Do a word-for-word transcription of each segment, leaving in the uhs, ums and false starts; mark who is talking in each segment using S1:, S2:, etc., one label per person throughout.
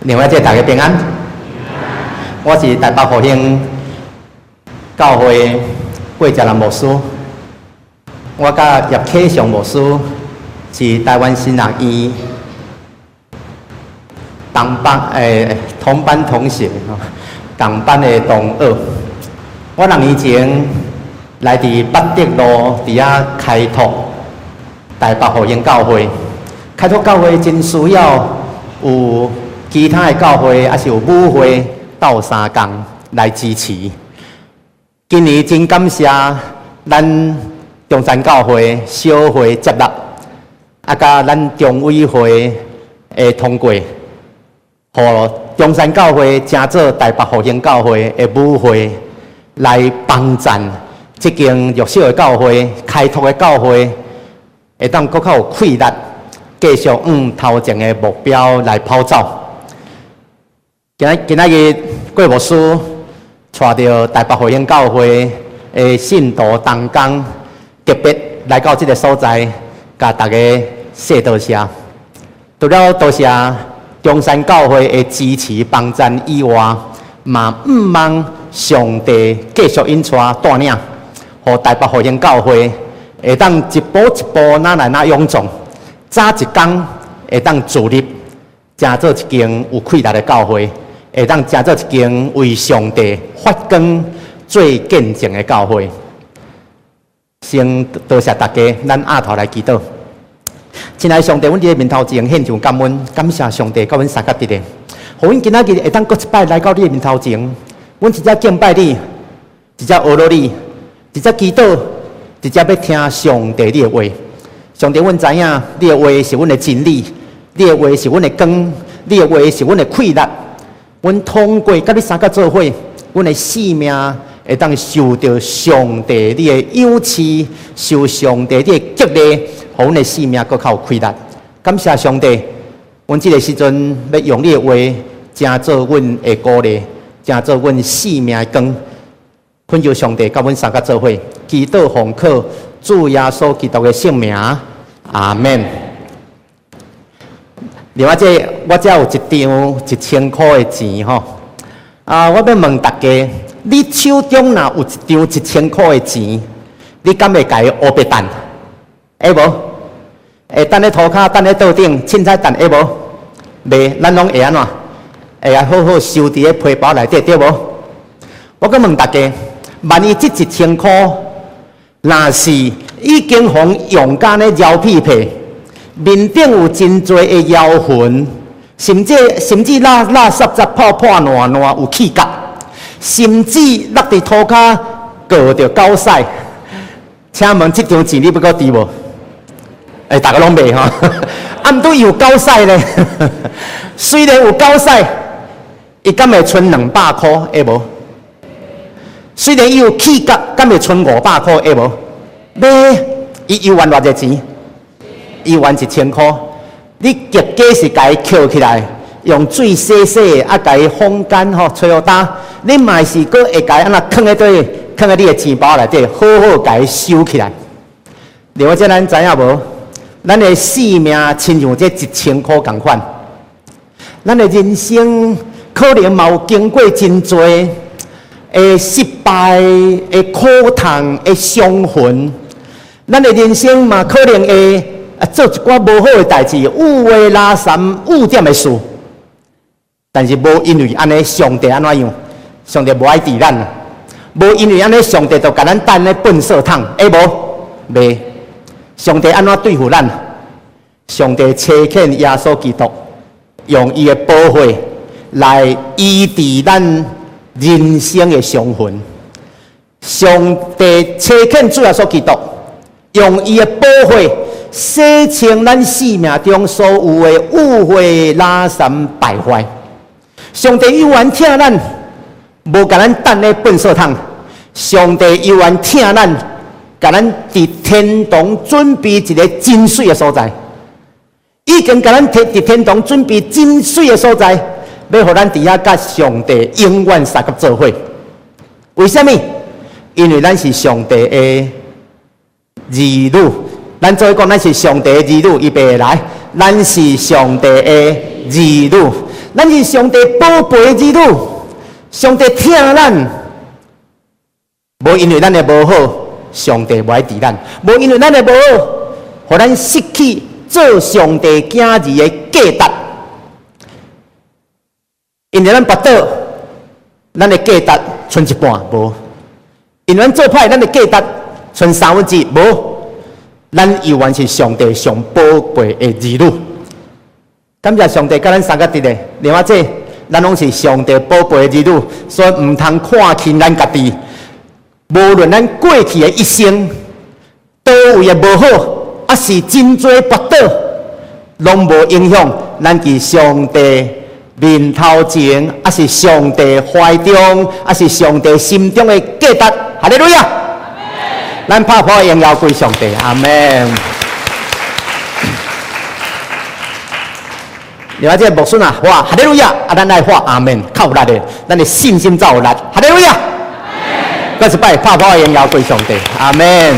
S1: 另外，即大家平安。我是台北复兴教会郭家南牧师，我甲叶启祥牧师是台湾新学院同班诶同班同学，同班的同学。我六年前来伫八德路伫遐开拓台北复兴教会，开拓教会真需要有其他的教会，还是有舞会斗相共来支持。今年真感谢咱中山教会小会接纳，啊，甲咱中委会的通过，互中山教会正做台北复兴教会的舞会来帮赞这间弱小的教会、开拓的教会，会当搁较有气力，继续往头前的目标来跑走。今仔今仔日郭牧师带着台北复兴教会的信徒同工，特别来到这个所在，甲大家说多谢。除了多谢中山教会的支持帮赞以外，嘛毋忘上帝继续引带带领，互台北复兴教会会当一步一步哪来哪勇壮，早一天会当自立，成做一间有气力的教会。会当成做一间为上帝发光、做见证的教会。先多谢大家，咱下头来祈祷。亲爱的上帝，阮伫你面头前献上感恩，感谢上帝，甲阮三甲伫咧，互阮今仔日会当搁一摆来到你的面头前，阮直接敬拜你，直接学落你，直接祈祷，直接要听上帝你的话。上帝，阮知影你的话是阮的真理，你的话是阮的光，你的话是阮的气力。阮通过甲你三甲做伙，阮的性命会当受到上帝你的养赐，受上帝你的激励，互阮的性命搁较有气力。感谢上帝，阮即个时阵要用你的话，成做阮的鼓励，成做阮性命的光。恳求上帝甲阮三甲做伙，祈祷奉靠主耶稣基督的圣名，阿门。另外，这我这有一张一千块的钱吼，啊，我要问大家，你手中若有一张一千块的钱，你敢会甲伊乌白等？会无？会等咧涂骹，等咧桌顶，凊彩等会无？袂，咱拢会安怎？会啊，好好收伫咧皮包内底，对无？我阁问大家，万一这一千块，若是已经互用家咧摇屁屁？面顶有真多的妖魂，甚至甚至垃垃圾杂破破烂烂有气角，甚至落伫涂骹过着狗屎。请问这张钱你要搁挃无？诶、欸，大家拢袂吼，啊，毋对有狗屎咧。虽然有狗屎，伊敢会剩两百块会无？虽然伊有气角，敢会剩五百块会无？买伊又还偌济钱？一万一千块，你结果是甲伊捡起来，用水洗洗，啊，甲伊烘干吼，吹好干，你嘛是搁会甲伊安那放在底，放在你的钱包内底，好好甲伊收起来。另外，这咱知影无？咱的性命亲像这一千块共款，咱的人生可能嘛有经过真多的失败、的苦痛、的伤痕，咱的人生嘛可能会。啊，做一寡无好的代志，有话拉三误点的事，但是无因为安尼，上帝安怎样？上帝无爱治咱，无因为安尼，上帝就甲咱等咧粪扫桶，会无？袂。上帝安怎对付咱？上帝差遣耶稣基督，用伊的宝血来医治咱人生的伤痕。上帝差遣主耶稣基督，用伊的宝血。洗清咱生命中所有的污秽、拉散、败坏。上帝有缘疼咱，无甲咱等咧粪扫桶。上帝有缘疼咱，甲咱伫天堂准备一个真水的所在。已经甲咱伫天堂准备真水的所在，要互咱伫遐甲上帝永远三甲做伙。为什么？因为咱是上帝的儿女。咱做讲，咱是上帝的儿女，预备来。咱是上帝的儿女， 咱是上帝宝贝的儿女，上帝疼咱，无因为咱的无好，上帝无爱治咱；无因为咱的无好，互咱失去做上帝囝儿的价值。因为咱跋倒，咱的价值剩一半无；因为咱做歹，咱的价值剩三分之一无。咱依然是上帝上宝贝的儿女。感谢上帝，甲咱三个伫咧，另外这咱拢是上帝宝贝的儿女，所以唔通看轻咱家己。无论咱过去的一生，倒位的无好，还是真多跋倒，拢无影响咱伫上帝面头前，还是上帝怀中，还是上帝心中的价值。哈利路亚！咱拍破荣耀归上帝，阿门。另外，这个牧师啊，哇，哈利路亚！啊，咱来话阿门，靠力的，咱的信心才有力，哈利路亚！再一摆拍破荣耀归上帝，阿门。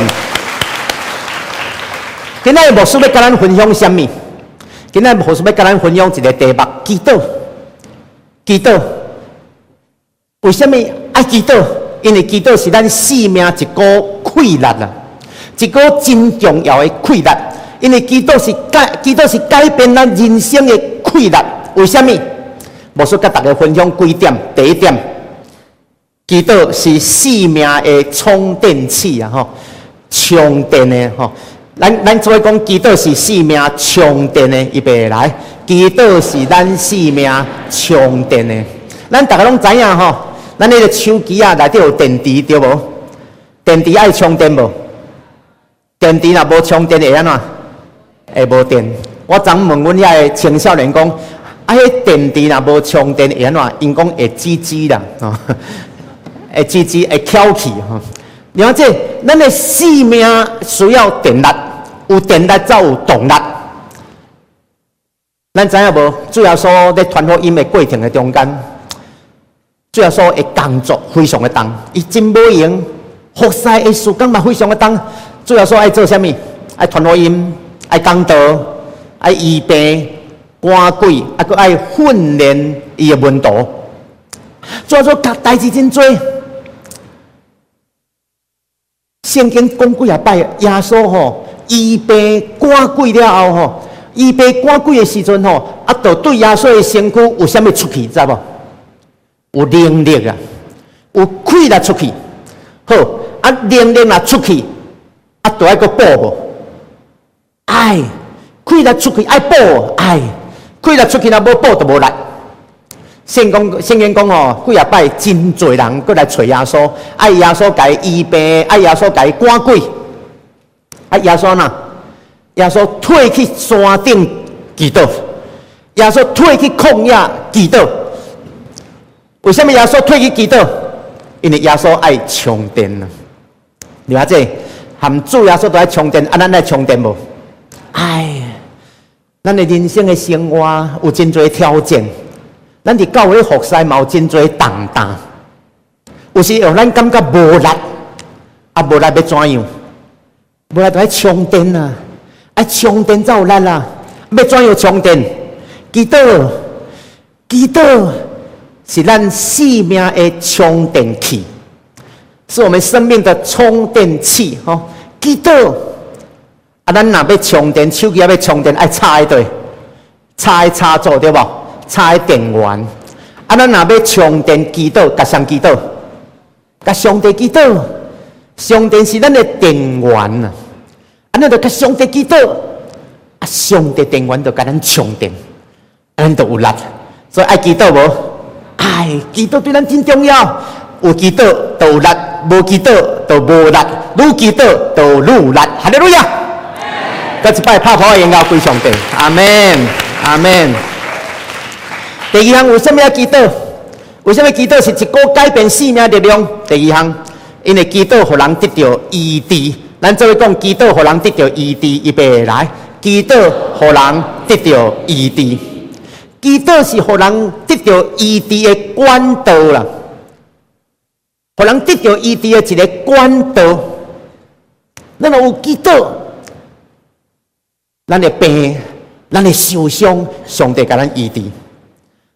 S1: 今仔牧师要跟咱分享什么？今仔牧师要跟咱分享一个题目：祈祷。祈祷，为什么爱祈祷？因为祈祷是咱生命一股气力啦，一股真重要的气力。因为祈祷是改，祈祷是改变咱人生的气力。为什么？牧师跟大家分享几点。第一点，祈祷是生命的充电器啊！吼，充电的吼。咱咱做讲祈祷是生命充电的，预备来。祈祷是咱生命充电的。咱大家拢知影吼。咱那个手机啊，内底有电池对无？电池爱充电无？电池若无充电会安怎？会无电。我昨问阮遐个青少年讲，啊，迄电池若无充电会安怎？因讲会吱吱啦，吼，会吱吱会翘起吼。了解，咱的生命需要电力，有电力才有动力。咱知影无？主要说在传福音的过程的中间。主要说，的工作非常的重，伊真无用。服侍的事工嘛非常的重。主要说爱做啥物？爱传福音，爱讲道，爱医病、赶鬼，啊，佮爱训练伊的门徒。主要说，各代志真多。圣经讲几啊摆，耶稣吼医病赶鬼了后吼，医病赶鬼的时阵吼，啊，就对耶稣的身躯有啥物出去，知无？有能力啊，有气力出去，好啊，能力若出去，啊，都爱个补无？爱，气力出去爱补，爱，气力出去若无补就无力。圣经圣经讲吼，几啊摆真侪人过来找耶稣，爱耶稣甲伊医病，爱耶稣甲伊赶鬼，啊，耶稣呐，耶稣退去山顶祈祷，耶稣退去旷野祈祷。为什么耶稣退去祈祷？因为耶稣爱充电啊！了解，含主耶稣都爱充电，啊，咱爱充电无？哎，咱的人生的生活有真多挑战，咱伫教会服侍嘛有真多重担，有时让咱感觉无力，啊，无力要怎样？无力就爱充电啊！爱充电才有力啦！要怎样充电？祈祷，祈祷。是咱生命的充电器，是我们生命的充电器。吼，祈祷啊，咱若要充电，手机也要充电，爱插喺对，插喺插座对无？插喺电源。啊，咱若要充电，祈祷，甲谁祈祷？甲上帝祈祷。上帝是咱的电源啊！啊，咱就甲上帝祈祷，啊，上帝电源就甲咱充电，咱就有力。所以爱祈祷无？哎，祈祷对咱真重要。有祈祷就有力，无祈祷就无力，愈祈祷就愈力。哈利路亚！再一摆拍破荣耀归上帝。阿门，阿门。第二项，为什么要祈祷？为什么祈祷是一个改变生命的力量？第二项，因为祈祷互人得到医治。咱做伙讲，祈祷互人得到医治，预备来。祈祷互人得到医治。祈祷是互人得到医治的管道啦，互人得到医治的一个管道。咱若有祈祷，咱的病、咱的受伤，上帝甲咱医治。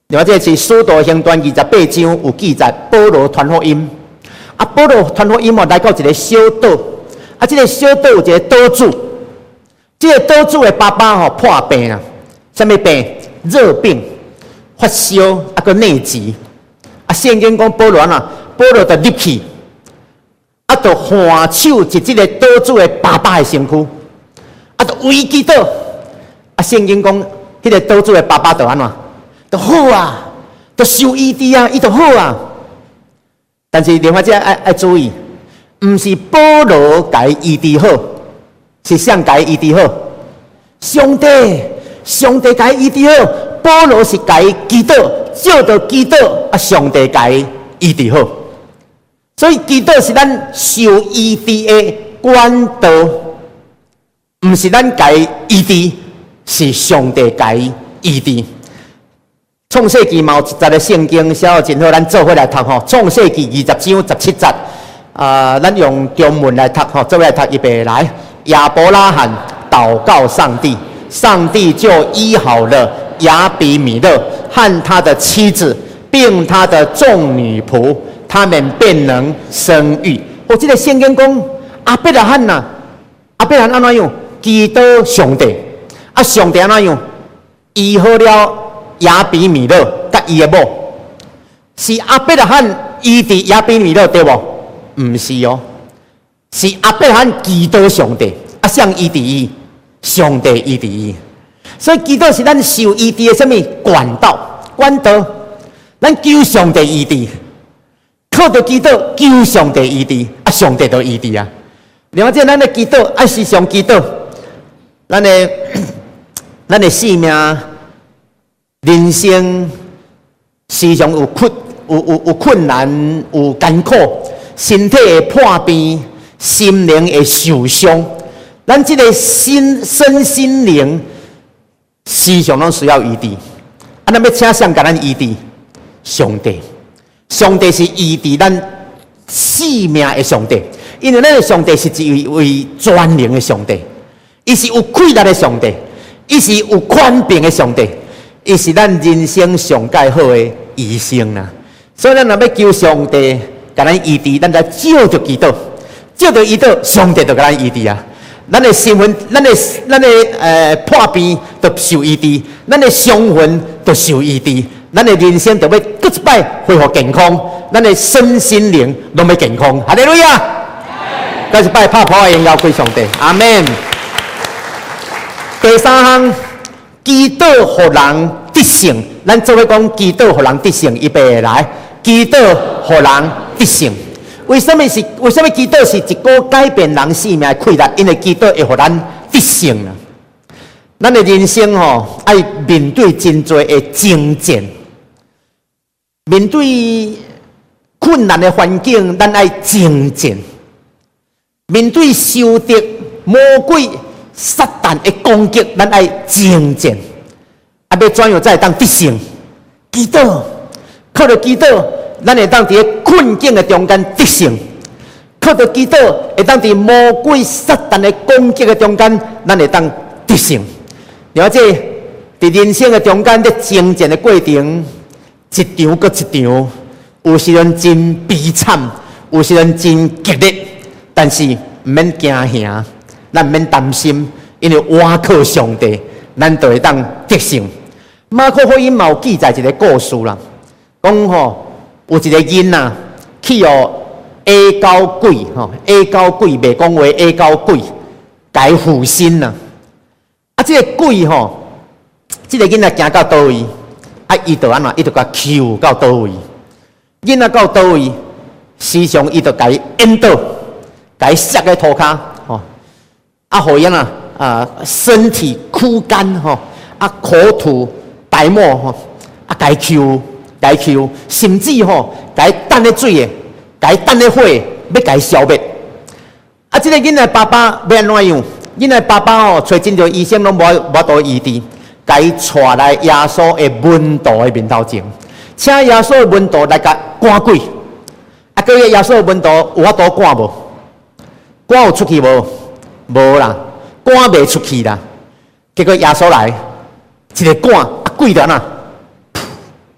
S1: 另外，这是《使徒行传》二十八章有记载，保罗传福音。啊，保罗传福音哦，来到一个小岛。啊，这个小岛有一个岛主，这个岛主的爸爸吼、哦、破病啊，什么病？热病、发烧，啊个内急。啊，圣经讲保罗啊，保罗就入去，啊，就换手一这个岛主的爸爸的身躯，啊，就为祈祷。啊，圣经讲，迄个岛主的爸爸就安怎？就好啊，就受医治啊，伊就好啊。但是另外者爱爱注意，毋是保罗甲伊医治好，是谁甲伊医治好？上帝，上帝甲伊医治好。保罗是甲伊祈祷，照着祈祷，啊，上帝甲伊医治好。所以祈祷是咱受医治的管道，毋是咱甲伊医治，是上帝甲伊医治。创世纪嘛有一节的圣经写得真好，咱做伙来读吼。创世纪二十章十七节，啊、呃，咱用中文来读吼，做伙来读预备来。亚伯拉罕祷告上帝，上帝就医好了亚比米勒和他的妻子，并他的众女仆，他们便能生育。我这个圣经讲阿伯拉罕呐，阿伯拉罕安怎样？祈祷上帝，啊，上帝安怎样？医好了亚比米勒甲伊的某，是阿伯拉罕医治亚比米勒对无？毋是哦，是阿伯拉罕祈祷上帝，啊，谁医治伊？上帝医治伊。所以祈祷是咱受医治的什么管道？管道，咱求上帝医治，靠着祈祷求上帝医治，啊，上帝就医治啊。另外，这咱的祈祷爱时常祈祷，咱的咱的性命。人生时常有困有有有困难，有艰苦，身体会破病，心灵会受伤。咱这个心身心灵时常拢需要医治。啊，咱要请谁甲咱医治？上帝，上帝是医治咱性命的上帝，因为咱的上帝是一位全能的上帝，伊是有气力的上帝，伊是有宽平的上帝。伊是咱人生上介好的医生啦，所以咱若要求上帝甲咱医治，咱就照着祈祷，照着祈祷，上帝就甲咱医治啊。咱的身份，咱的咱的呃破病就受医治，咱的伤痕就受医治，咱的人生就要搁一摆恢复健康，咱的身心灵拢要健康。哈利路亚！搁一摆拍破的荣耀归上帝，阿门。第三项。祈祷互人得胜，咱做伙讲祈祷互人得胜，预备来。祈祷互人得胜，为什么是？为什么祈祷是一个改变人生命的气力？因为祈祷会互咱得胜啊！咱的人生吼，爱面对真多的征战，面对困难的环境，咱爱征战；面对受敌魔鬼。撒旦的攻击，咱爱征战，啊，要怎样才会当得胜？祈祷，靠着祈祷，咱会当伫困境的中间得胜；靠着祈祷，会当伫魔鬼撒旦的攻击的中间，咱会当得胜。了解，伫人生的中间，在征战的过程，一场搁一场，有时阵真悲惨，有时阵真激烈，但是毋免惊吓。咱毋免担心，因为倚靠上帝，咱就会当得胜。马可福音嘛有记载一个故事啦，讲吼有一个囡仔去哦下高鬼吼，下高鬼袂讲话，下高鬼改附身啦。啊，这个鬼吼，这个囡仔行到倒位，啊，伊就安怎，伊就甲求到倒位。囡仔到倒位，时常伊就甲伊引导，甲伊摔在涂骹吼。啊，好样啊！啊，身体枯干吼，啊，口吐白沫吼，啊，该抽该抽，甚至吼该等咧水诶，该等咧火，要该消灭。啊，这个囡仔爸爸要安怎样？囡仔爸爸吼找真多医生拢无无多医治，该带来耶稣诶门徒诶面头前，请耶稣诶门徒来甲赶鬼。啊，各位耶稣诶门徒有法度赶无？赶有出去无？无啦，赶袂出去啦。结果耶稣来，一个赶，啊鬼就安那，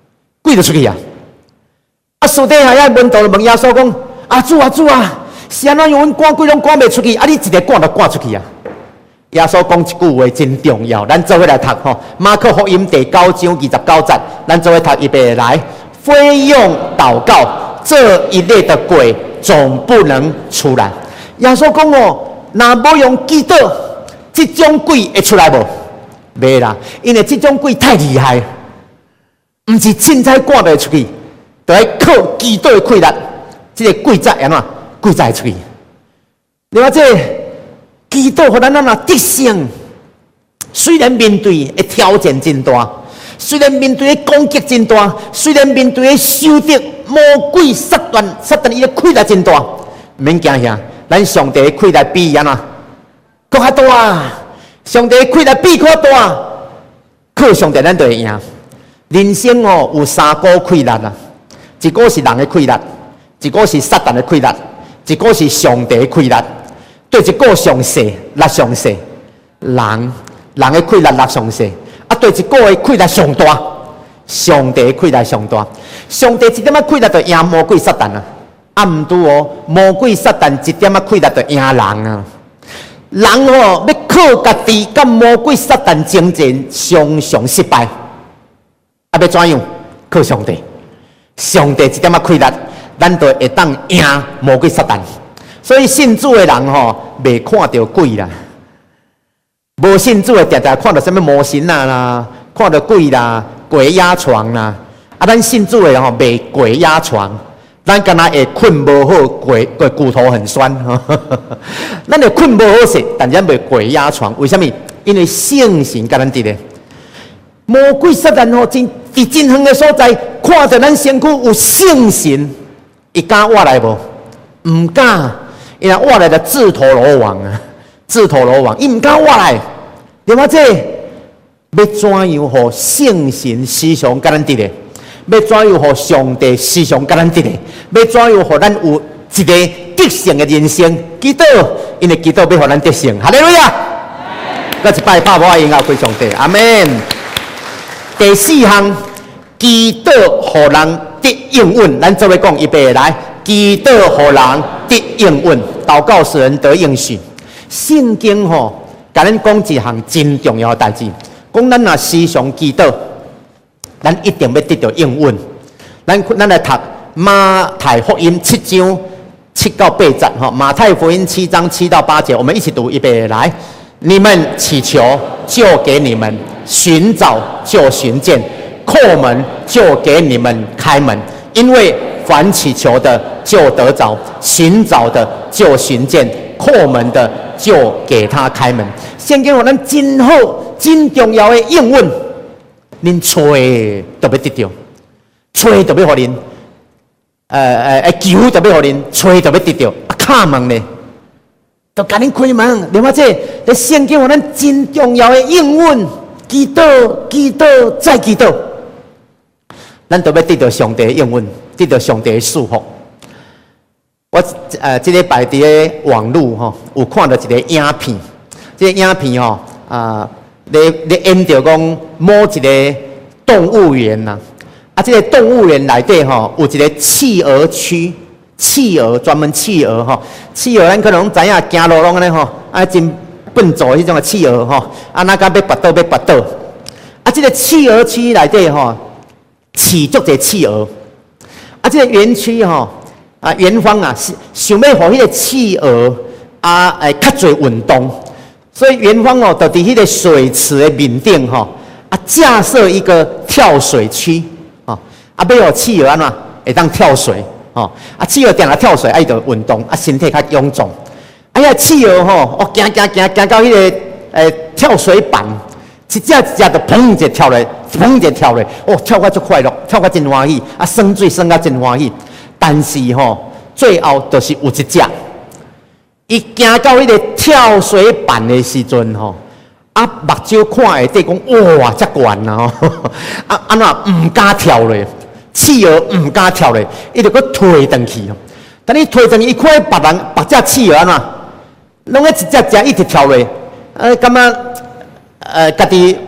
S1: 跪就出去啊！啊，私底下遐门徒问耶稣讲：啊主啊主啊，是安怎样阮赶鬼拢赶袂出去？啊，你一个赶就赶出去啊！耶稣讲一句话真重要，咱做伙来读吼。马可福音第九章二十九节，咱做伙读预备来。非用祷告，这一类的鬼总不能出来。耶稣讲哦，若无用祈祷，这种鬼会出来无？袂啦，因为这种鬼太厉害，唔是凊彩赶袂出去，就要靠祈祷的气力，这个鬼才安怎鬼才会出去。另外这祈祷，互咱安怎得胜？虽然面对的挑战真大，虽然面对的攻击真大，虽然面对的受敌魔鬼撒旦撒旦伊的气力真大，唔免惊吓，咱上帝的气力比安怎搁较大。上帝气力比较大，靠上帝咱就会赢。人生哦有三股气力啊，一股是人的气力，一股是撒旦的气力，一股是上帝的气力。对一股上细，力上细，人人的气力力上细，啊对一股的气力上大，上帝的气力上大。上帝一点仔气力就赢魔鬼撒旦啊，啊毋拄哦，魔鬼撒旦一点仔气力就赢人啊。人哦，要靠家己甲魔鬼撒旦争战，常常失败。啊，要怎样？靠上帝，上帝一点仔气力，咱就会当赢魔鬼撒旦。所以信主的人吼，袂看到鬼啦；无信主的，常常看到什么魔神啊啦，看到鬼啦、鬼压床啦。啊，咱信主的吼，袂鬼压床。咱敢若会困无好，鬼鬼骨头很酸，咱会困无好势，但咱袂鬼压床。为什么？因为圣神甲咱伫咧。魔鬼撒旦吼，真伫真远的所在，看着咱身躯有圣神，伊敢活来无？唔敢，因为活来就自投罗网啊！自投罗网，伊唔敢活来。对吗？这要怎样互圣神时常甲咱伫咧？要怎样互上帝时常甲咱伫咧？要怎样互咱有一个得胜的人生？祈祷，因为祈祷要互咱得胜。哈利路亚！再一摆拍我应该归上帝。阿门。第四项，祈祷互人得应允。咱做伙讲，预备来。祈祷互人得应允，祷告使人得应许。圣经吼，甲咱讲一项真重要的代志，讲咱若时常祈祷。咱一定要得到应允。咱咱来读马太福音七章七到八节哈。马太福音七章七到八节，我们一起读，预备来。你们祈求，就给你们；寻找，就寻见；叩门，就给你们开门。因为凡祈求的，就得着；寻找的，就寻见；叩门的，就给他开门。圣经有咱真好、真重要的应允。恁吹都要得到，吹就要互恁，呃呃，求就要互恁，吹就要得到。啊，敲门呢，就甲恁开门。另外这，这圣经有咱真重要的应允，祈祷、祈祷再祈祷，咱都要得到上帝的应允，得到上帝的祝福。我呃，这个摆伫咧网络吼，有看到一个影片，这个影片吼啊。咧咧演着讲某一个动物园呐、啊，啊，这个动物园内底吼有一个企鹅区，企鹅专门企鹅吼，企鹅咱可能知影行路拢安尼吼，啊真笨拙迄种的企鹅吼，啊那甲要拔倒要拔倒，啊这个企鹅区内底吼，饲足侪企鹅，啊这个园区吼，啊园方啊是想要互迄个企鹅啊诶较侪运动。所以园方哦，就伫迄个水池的面顶吼，啊架设一个跳水区，哦，啊要互企鹅安怎会当跳水，哦，啊企鹅定来跳水，爱着运动，啊身体较臃肿。哎呀，企鹅吼，哦行行行行到迄个诶跳水板，一只一只就砰一下跳落，砰一下跳落，哦跳甲足快乐，跳甲真欢喜，啊耍水耍甲真欢喜。但是吼，最后就是有一只。伊行到迄个跳水板的时阵吼，啊目睭看下底讲哇，遮悬啊吼，啊安怎唔敢跳落？企鹅唔敢跳落，伊就搁退转去。等你退转去，伊看别人别只企鹅安怎，拢咧一只只一直跳落，呃，感觉呃家己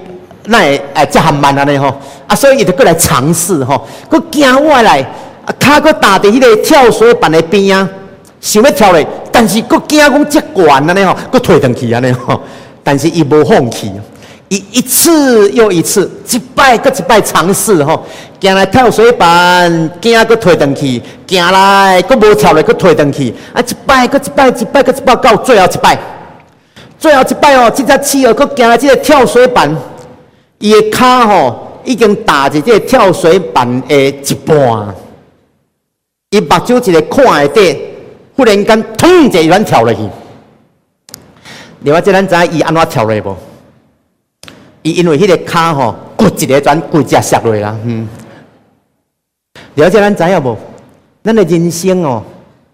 S1: 那会诶遮含慢安尼吼，啊，所以伊就过来尝试吼，佮行我来，啊，骹佮踏伫迄个跳水板的边啊，想要跳咧，但是佮惊讲遮悬安尼吼，佮退转去安尼吼，但是伊无放弃，伊一次又一次，一摆佮一摆尝试吼，行来跳水板，惊佮退转去，行来佮无跳咧，佮退转去，啊，一摆佮一摆，一摆佮一摆，到最后一摆，最后一摆哦，这只企鹅佮行来这个跳水板。伊的骹吼已经踏入这个跳水板的一半，伊目睭一个看下底，忽然间腾一下就跳落去。另外，这咱知影伊安怎跳落无？伊因为迄个骹吼骨一个转骨只摔落啦，嗯。了解咱知影无？咱的人生哦，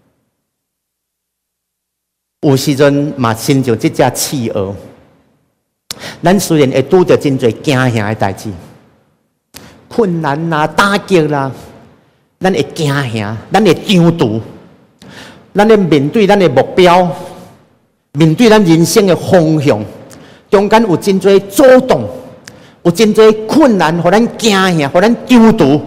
S1: 有时阵嘛亲像这只企鹅。咱虽然会拄着真侪惊吓的代志、困难啦、打击啦，咱会惊吓，咱会张毒，咱会面对咱的目标，面对咱人生的方向，中间有真侪阻挡，有真侪困难，互咱惊吓，互咱张毒。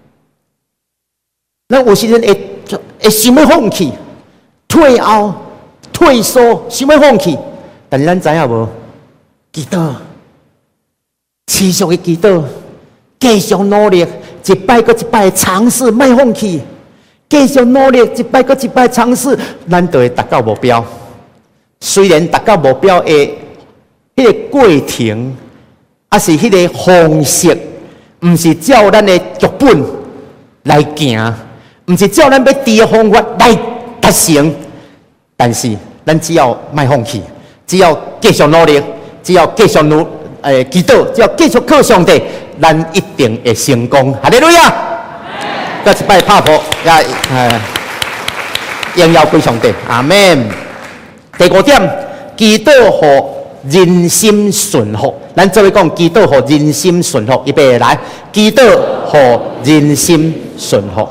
S1: 咱有时阵会会想要放弃、退后、退缩，想要放弃，但是咱知影无？祈祷，持续的祈祷，继续努力，一摆搁一摆的尝试，莫放弃，继续努力，一摆搁一摆的尝试，咱就会达到目标。虽然达到目标的迄个过程，啊是迄个方式，毋是照咱的剧本来行，毋是照咱要伫的方法来达成，但是咱只要莫放弃，只要继续努力。只要继续努诶祈祷，只要继续靠上帝，咱一定会成功。哈利路亚！再一摆拍破，也诶，荣耀归上帝。阿门。第五点，祈祷互人心顺服。咱做伙讲，祈祷互人心顺服。预备来，祈祷互人心顺服。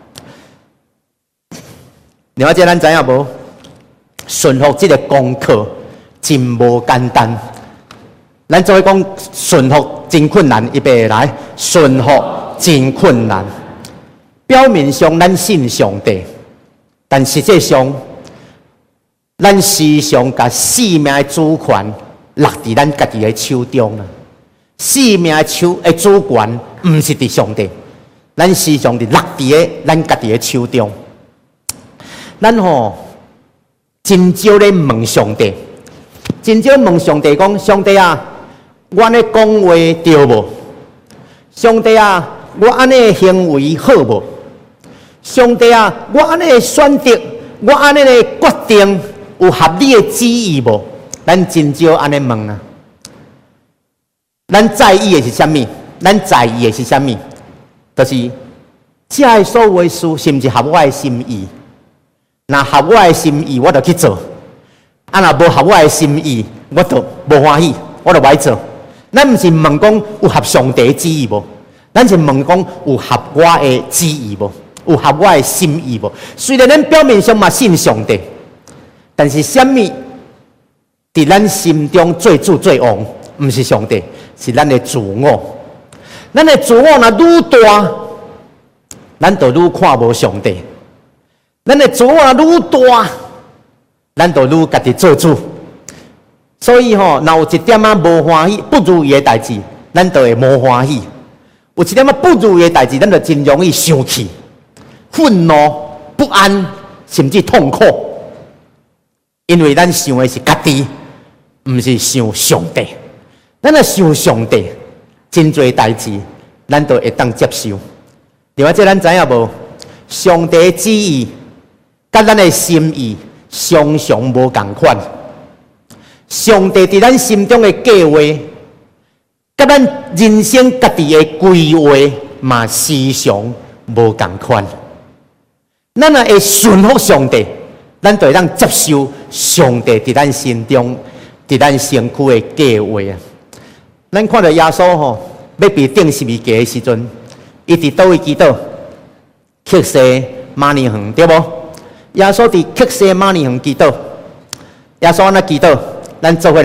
S1: 另外，即咱知影无？顺服这个功课真无简单。咱做伙讲顺服真困难，预备来，顺服真困难。表面上咱信上帝，但实际上，咱时常把生命的主权落伫咱家己的手中啦。生命的手的主权，毋是伫上帝，咱时常伫落伫个咱家己的手中。咱吼真少咧问上帝，真少问上帝讲，上帝啊！我安尼讲话对无？上帝啊，我安尼行为好无？上帝啊，我安尼选择，我安尼的决定有合理的旨意无？咱真少安尼问啊。咱在意的是啥物？咱在意的是啥物？就是这个所有的事是毋是合我的心意？若合我的心意，我就去做；啊，若无合我的心意，我就无欢喜，我就歹做。咱毋是问讲有合上帝的旨意无？咱是问讲有合我的旨意无？有合我的心意无？虽然咱表面上嘛信上帝，但是啥物伫咱心中最主最王，毋是上帝，是咱的自我。咱的自我若愈大，咱就愈看无上帝；咱的自我若愈大，咱就愈家己做主。所以吼，若有一点仔无欢喜、不如意的代志，咱就会无欢喜；有一点仔不如意的代志，咱就真容易生气、愤怒、不安，甚至痛苦。因为咱想的是家己，毋是想上帝。咱若想上帝，真侪代志，咱都会当接受。另外，这咱知影无？上帝的旨意，甲咱的心意常常无共款。上帝伫咱心中的计划，甲咱人生家己的规划嘛时常无共款。咱若会顺服上帝，咱就会当接受上帝伫咱心中、伫咱身躯的计划啊！咱看到耶稣吼，要被钉十字架的时阵，伊伫倒位祈祷？克西马尼园对无？耶稣伫克西马尼园祈祷，耶稣安怎祈祷？咱做伙来读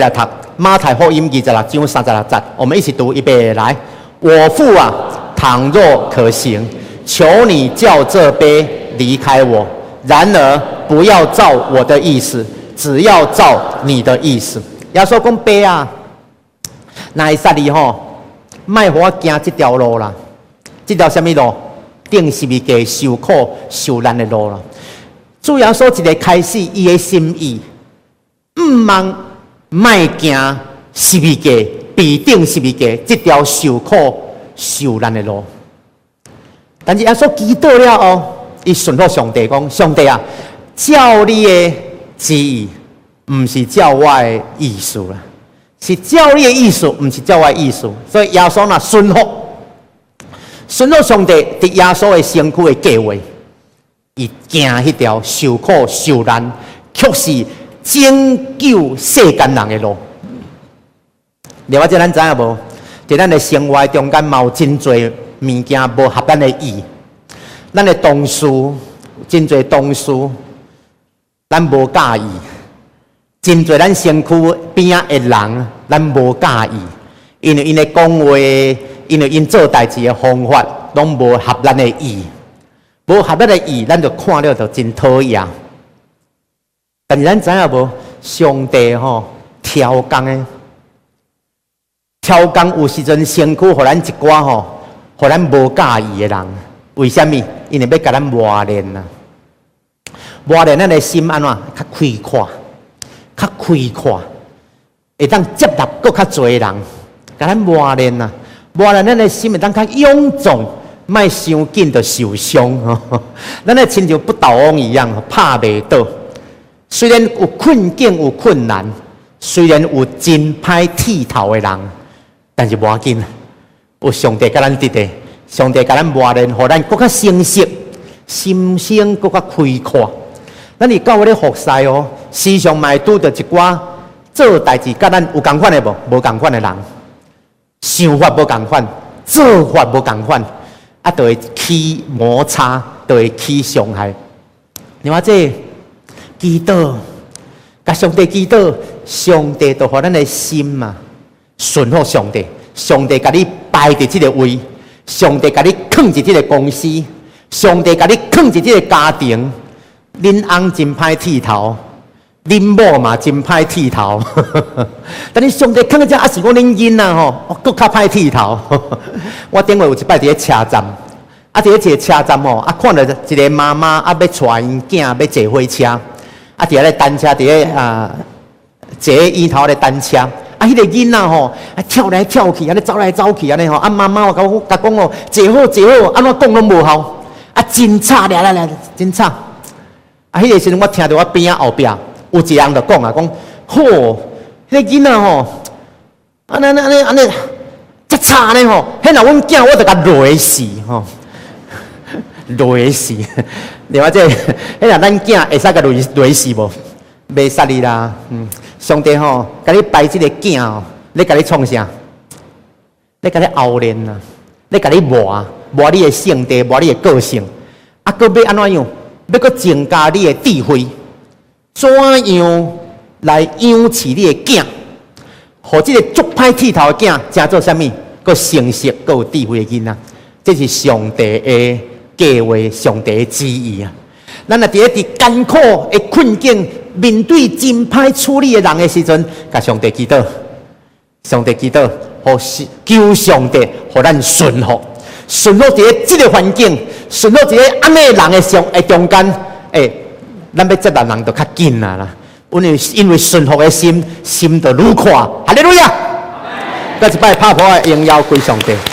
S1: 马太福音二十六章三十六节，我们一起读，预备来。我父啊，倘若可行，求你叫这杯离开我；然而不要照我的意思，只要照你的意思。耶稣讲杯啊，那会杀你吼，莫互我行这条路啦。这条什么路？定十字架受苦受难的路啦。主耶稣一个开始，伊的心意，唔望莫行十字架，必定十字架这条受苦受难的路。但是耶稣祈祷了后，伊顺服上帝讲：上帝啊，照你的旨意，唔是照我的意思啦，是照你的意思，唔是照我的意思。所以耶稣若顺服。顺服上帝伫耶稣的身躯的计划，伊行迄条受苦受难，却是拯救世间人的路。另外，即咱知影无？伫咱的生活中间，嘛有真侪物件无合咱的意。咱的同事，真侪同事，咱无介意；真侪咱身躯边仔的人，咱无介意，因为因的讲话。因为因做代志的方法拢无合咱的意，无合咱的意，咱就看了就真讨厌。但是咱知影无？上帝吼挑工的，挑工有时阵身躯互咱一寡吼，互咱无介意的人，为什么？因为要甲咱磨练啊，磨练咱的心安怎较开阔，较开阔，会当接纳搁较侪人，甲咱磨练啊。磨练咱的心会当较臃肿，莫伤紧就受伤。咱的亲像不倒翁一样，拍袂倒。虽然有困境有困难，虽然有真歹剃头的人，但是无要紧，有上帝甲咱伫地，上帝甲咱磨练，互咱更较成熟，心性更较开阔。咱伫教会咧服侍哦，时常嘛会拄着一寡做代志甲咱有共款的无？无共款的人。想法无共款，做法无共款，啊，就会起摩擦，就会起伤害。你话这祈祷，甲上帝祈祷，上帝就互咱的心嘛顺服上帝。上帝甲你摆伫这个位，上帝甲你放伫这个公司，上帝甲你放伫这个家庭。恁翁真歹剃头。恁某嘛真歹剃头，但是上帝看到这也是讲恁囡仔吼，搁较歹剃头。我顶下有一摆伫咧车站，啊伫咧一个车站吼，啊看到一个妈妈啊要带因囝要坐火车，啊伫咧单车伫咧啊坐椅头咧单车，啊迄个囡仔吼啊跳来跳去，安尼走来走去安尼吼，啊妈妈我甲我甲讲哦，坐好坐好，安怎讲拢无效，啊真吵咧咧咧，真吵。啊迄个时阵我听到我边仔后壁。有一个人就讲啊，讲吼，迄个囡仔吼，安尼安尼安尼，遮差呢吼，迄若阮囝我就甲累死吼，累死。另外这，迄若咱囝会使甲累累死无？袂使你啦，嗯，上帝吼，甲你摆即个囝吼，咧甲你创啥？咧甲你熬练啊，咧甲你磨磨你的性格，磨你的个性，啊，搁要安怎样？要搁增加你的智慧。怎样来养饲你的囝？互这个足歹剃头的囝，成做啥物？个成熟、个有智慧的囡仔，这是上帝的计划，上帝的旨意啊！咱若伫咧伫艰苦的困境，面对真歹处理的人的时阵，甲上帝祈祷，上帝祈祷，互求上帝，互咱顺服，顺服伫咧这个环境，顺服伫咧安尼人的上的中间，诶、欸。咱要接纳人就较紧啊啦，因为因为顺服的心，心就愈宽。哈利路亚！再一摆拍破的荣耀归上帝。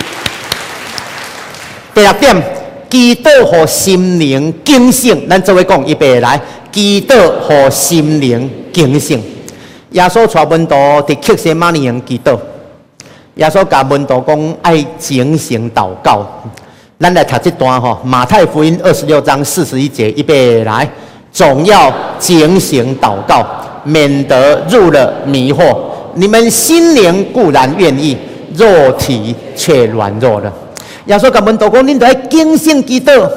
S1: 第六点，祈祷互心灵警醒。咱做伙讲，预备来，祈祷互心灵警醒。耶稣带门徒伫克西马尼园祈祷，耶稣教门徒讲爱警醒祷告。咱来读这段吼，马太福音二十六章四十一节，预备来。总要警醒祷告，免得入了迷惑。你们心灵固然愿意，肉体却软弱了。耶稣甲门徒讲：恁着爱警醒祈祷。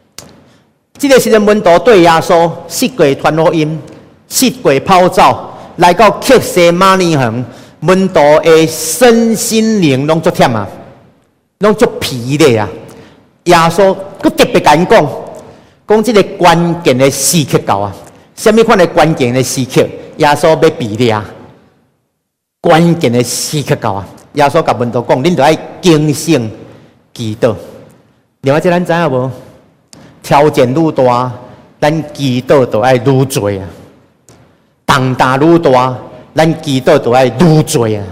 S1: 这个时阵，门徒对耶稣四过传福音，四过跑走， 来到克西马尼园，门徒的身心灵拢足忝啊，拢足疲累啊。耶稣佮特别甲因讲，讲即个关键的时刻到啊，什么款的关键的时刻？耶稣要比咧啊，关键的时刻到啊。耶稣甲门徒讲，恁着爱警醒祈祷。另外，即咱知影无？挑战愈大，咱祈祷就爱愈多啊；重担愈大，咱祈祷就爱愈多啊；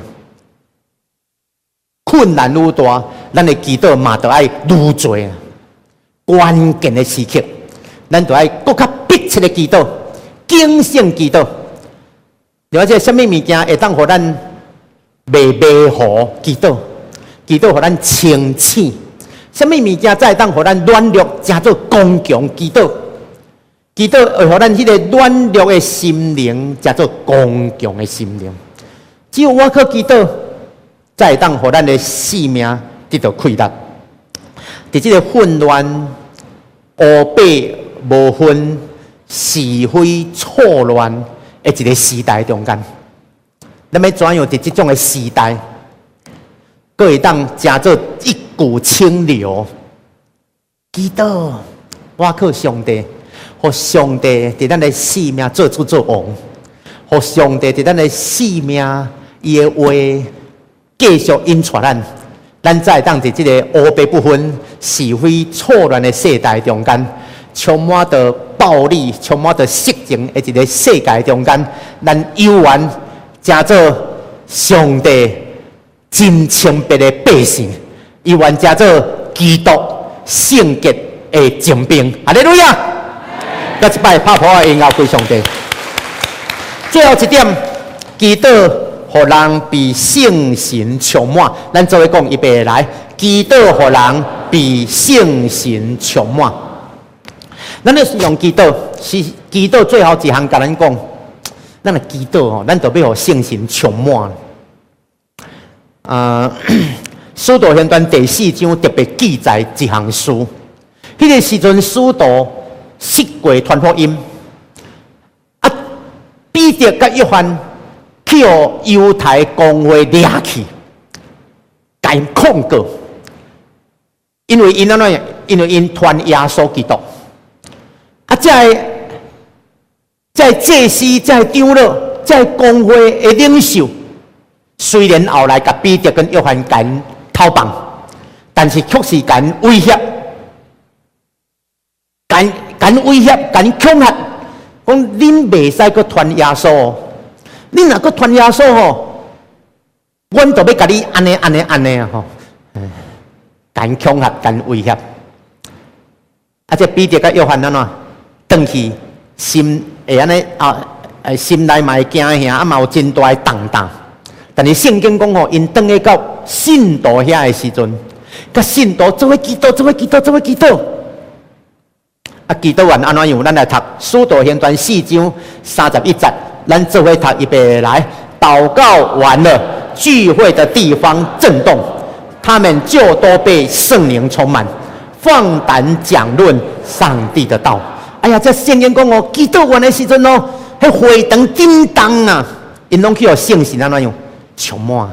S1: 困难愈大，咱的祈祷嘛就爱愈多啊。关键的时刻，咱就爱更较迫切的祈祷，警醒祈祷。了解什么物件会当互咱袂迷糊祈祷，祈祷互咱清醒。什么物件才会当互咱软弱，成做刚强祈祷？祈祷会互咱迄个软弱的心灵，成做刚强的心灵。只有我靠祈祷，才会当互咱的性命得到快乐。伫即个混乱、乌白无分、是非错乱的一个时代中间，咱要怎样伫即种的时代，佫会当成做一股清流？祈祷，我靠上帝，互上帝伫咱的性命做主做王，互上帝伫咱的性命伊的话继续引带咱。咱才会当伫即个乌白不分、是非错乱的世代中间，充满着暴力、充满着色情的一个世界中间，咱有缘成做上帝真清白的百姓，有缘成做基督圣洁的精兵。哈利路亚！再一摆拍破的音乐归上帝。最后一点，祈祷。互人被圣神充满，咱做伙讲预备来，祈祷互人被圣神充满。咱咧用祈祷，是祈祷最后一项，甲咱讲，咱的祈祷吼，咱就要互圣神充满。啊，《使徒行传》第四章特别记载一项事，迄个时阵使徒四过传福音，啊，彼得甲约翰。去互犹太公会抓去，甲因控告，因为因安怎样？因为因传耶稣基督，啊，这这祭司、这长老、这公会的领袖，虽然后来甲彼得跟约翰甲因偷放，但是却是甲因威胁，甲因甲因威胁，甲因恐吓，讲恁袂使阁传耶稣。你若阁传耶稣吼，阮就要甲你安尼安尼安尼啊吼，敢恐吓，敢威胁。啊，这彼得甲约翰安怎？转去心会安尼啊，诶，心内嘛会惊吓，啊嘛有真大诶动荡。但是圣经讲吼，因转去到信徒遐诶时阵，甲信徒做伙祈祷，做伙祈祷，做伙祈祷。啊，祈祷完安怎样？咱来读《使徒行传》四章三十一节。咱做伙读预备来，祷告完了，聚会的地方震动，他们就都被圣灵充满，放胆讲论上帝的道。哎呀，这圣经讲哦，祈祷完的时阵哦，迄会堂叮当啊，因拢去互圣神安怎样充满。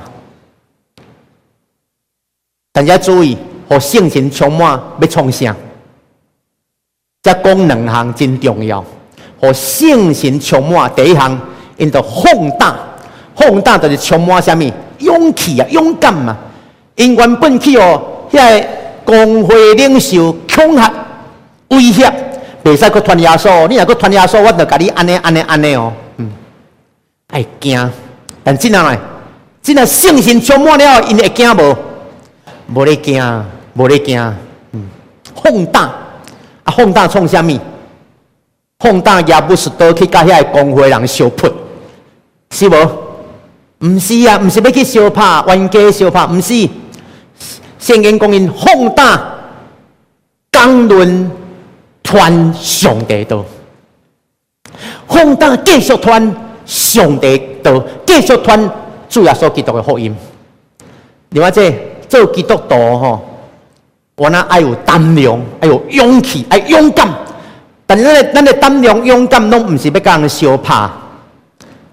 S1: 大家注意，互圣神充满要创啥？这讲两项真重要。互圣神充满，第一项，因着放胆，放胆就是充满什么？勇气啊，勇敢嘛。因原本去哦，遐个公会领袖恐吓、威胁，袂使去传耶稣。你若去传耶稣，我就甲你安尼安尼安尼哦。嗯，爱惊，但真啊来，真啊圣神充满了，因会惊无？无咧惊，无咧惊。嗯，放胆，啊，放胆创啥物？放胆也不是倒去甲遐个公会人相扑，是无？毋是啊，毋是要去相拍，冤家相拍，毋是。圣经讲因放胆讲论传上帝道，放胆继续传上帝道，继续传主耶稣基督的福音。另外，这做基督徒吼，我那爱有胆量，爱有勇气，爱勇敢。但是咱的咱的胆量、勇敢，拢毋是要甲人相拍。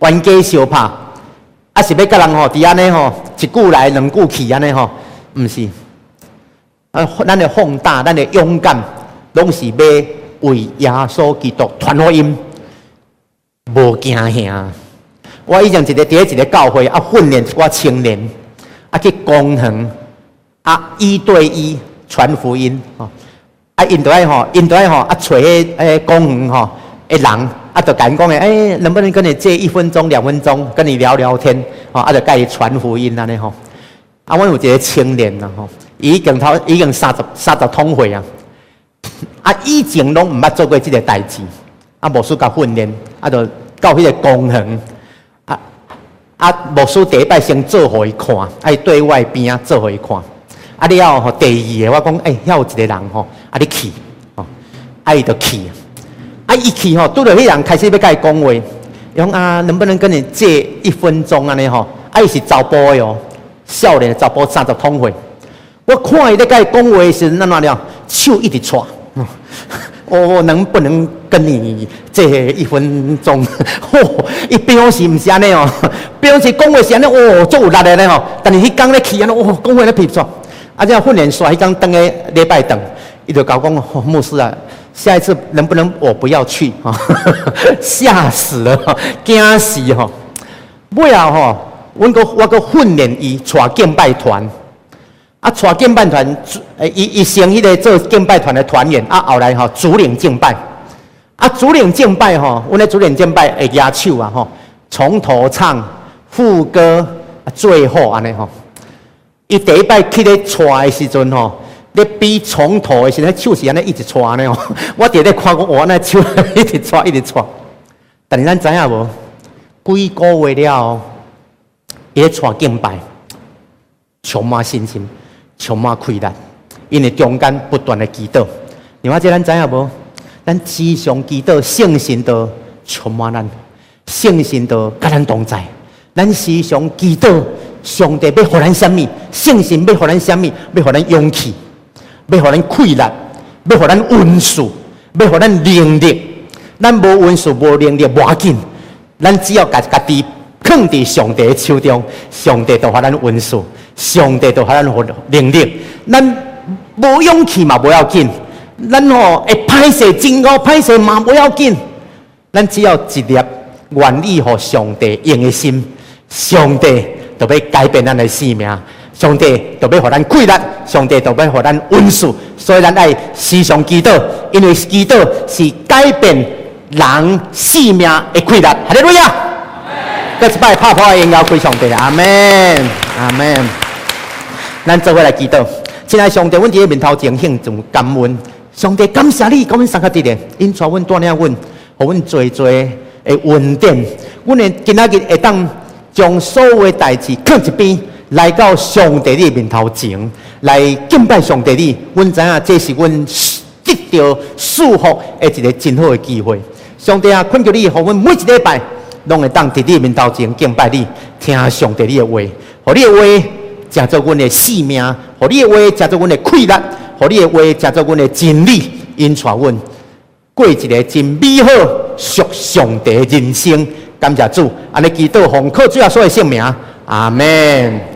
S1: 冤家相拍，啊是要甲人吼伫安尼吼一句来两句去安尼吼，毋是。啊，咱的放大，咱的勇敢，拢是要为耶稣基督传福音，无惊吓。我以前一个伫一个教会啊，训练我青年啊去公园啊一对一传福音吼，啊因都爱吼，因都爱吼啊找迄诶公园吼诶人啊，就甲因讲诶，诶能不能跟你借一分钟、两分钟，跟你聊聊天，吼啊，就甲伊传福音安尼吼。啊，阮有一个青年啦吼。已经头已经三十三十通会啊！啊，以前拢毋捌做过即个代志，啊，牧师甲训练，啊，就到迄个公园，啊啊，牧师第一摆先做互伊看，啊，伊对外边啊做互伊看，啊，了后吼第二个我讲，诶、欸，遐有一个人吼，啊，你去，吼，啊，伊就去，啊，伊去吼，拄着迄人开始要甲伊讲话，伊讲啊，能不能跟你借一分钟安尼吼？啊，伊是查甫的哦，少年查甫三十通会。我看伊在甲伊讲话时，那哪了，手一直搓。我能不能跟你借一分钟？哦，伊表示毋是安尼哦，表示讲话是安尼，哦，足有力的咧吼。但是迄天咧去安尼，哦，讲话咧皮错。啊，这样训练煞，迄天等个礼拜等，伊就甲我讲，哦，牧师啊，下一次能不能我不要去啊？吓死了，惊死吼！尾后吼，阮个我个训练伊带敬拜团。啊，带敬拜团，诶，伊伊先迄个做敬拜团的团员，啊，后来吼主领敬拜，啊，主领敬拜吼，阮咧主领敬拜会举手啊吼，从头唱副歌，最后安尼吼。伊第一摆去咧带的时阵吼，咧比从头的时阵，手是安尼一直带安尼吼。我伫咧看讲，我那手一直带一直带。但是咱知影无？几个月了，伊咧带敬拜，充满信心。充满气力，因为中间不断的祈祷。另外，这咱知影无？咱时常祈祷，圣神都充满咱，圣神都甲咱同在。咱时常祈祷，上帝要互咱什么？圣神要互咱什么？要互咱勇气，要互咱气力，要互咱温顺，要互咱能力。咱无温顺，无能力，无要紧。咱只要家家己放伫上帝的手中，上帝就互咱温顺。上帝就互咱有能力，咱无勇气嘛不要紧，咱吼会歹势真恶歹势嘛不要紧，咱只要一粒愿意互上帝用的心，上帝就要改变咱的生命，上帝就要互咱气力，上帝就要互咱温顺，所以咱爱时常祈祷，因为祈祷是改变人生命的气力。哈利路亚！再一摆拍拍的应邀归上帝，阿门，阿门。咱做伙来祈祷，亲爱上帝，阮伫咧面头前献上感恩。上帝感谢你，甲阮三个弟弟，因带阮带领阮，互阮做做的恩典。阮会今仔日会当将所有的代志放一边，来到上帝你面头前，来敬拜上帝你。阮知影这是阮得到祝福的一个真好的机会。上帝啊，恳求你，互阮每一礼拜拢会当伫你面头前敬拜你，听上帝你的话，互你的话。成做阮的性命，互你的话成做阮的气力，互你的话成做阮的真理，因带阮过一个真美好属上帝的人生。感谢主，安尼祈祷奉靠主耶稣的圣名，阿门。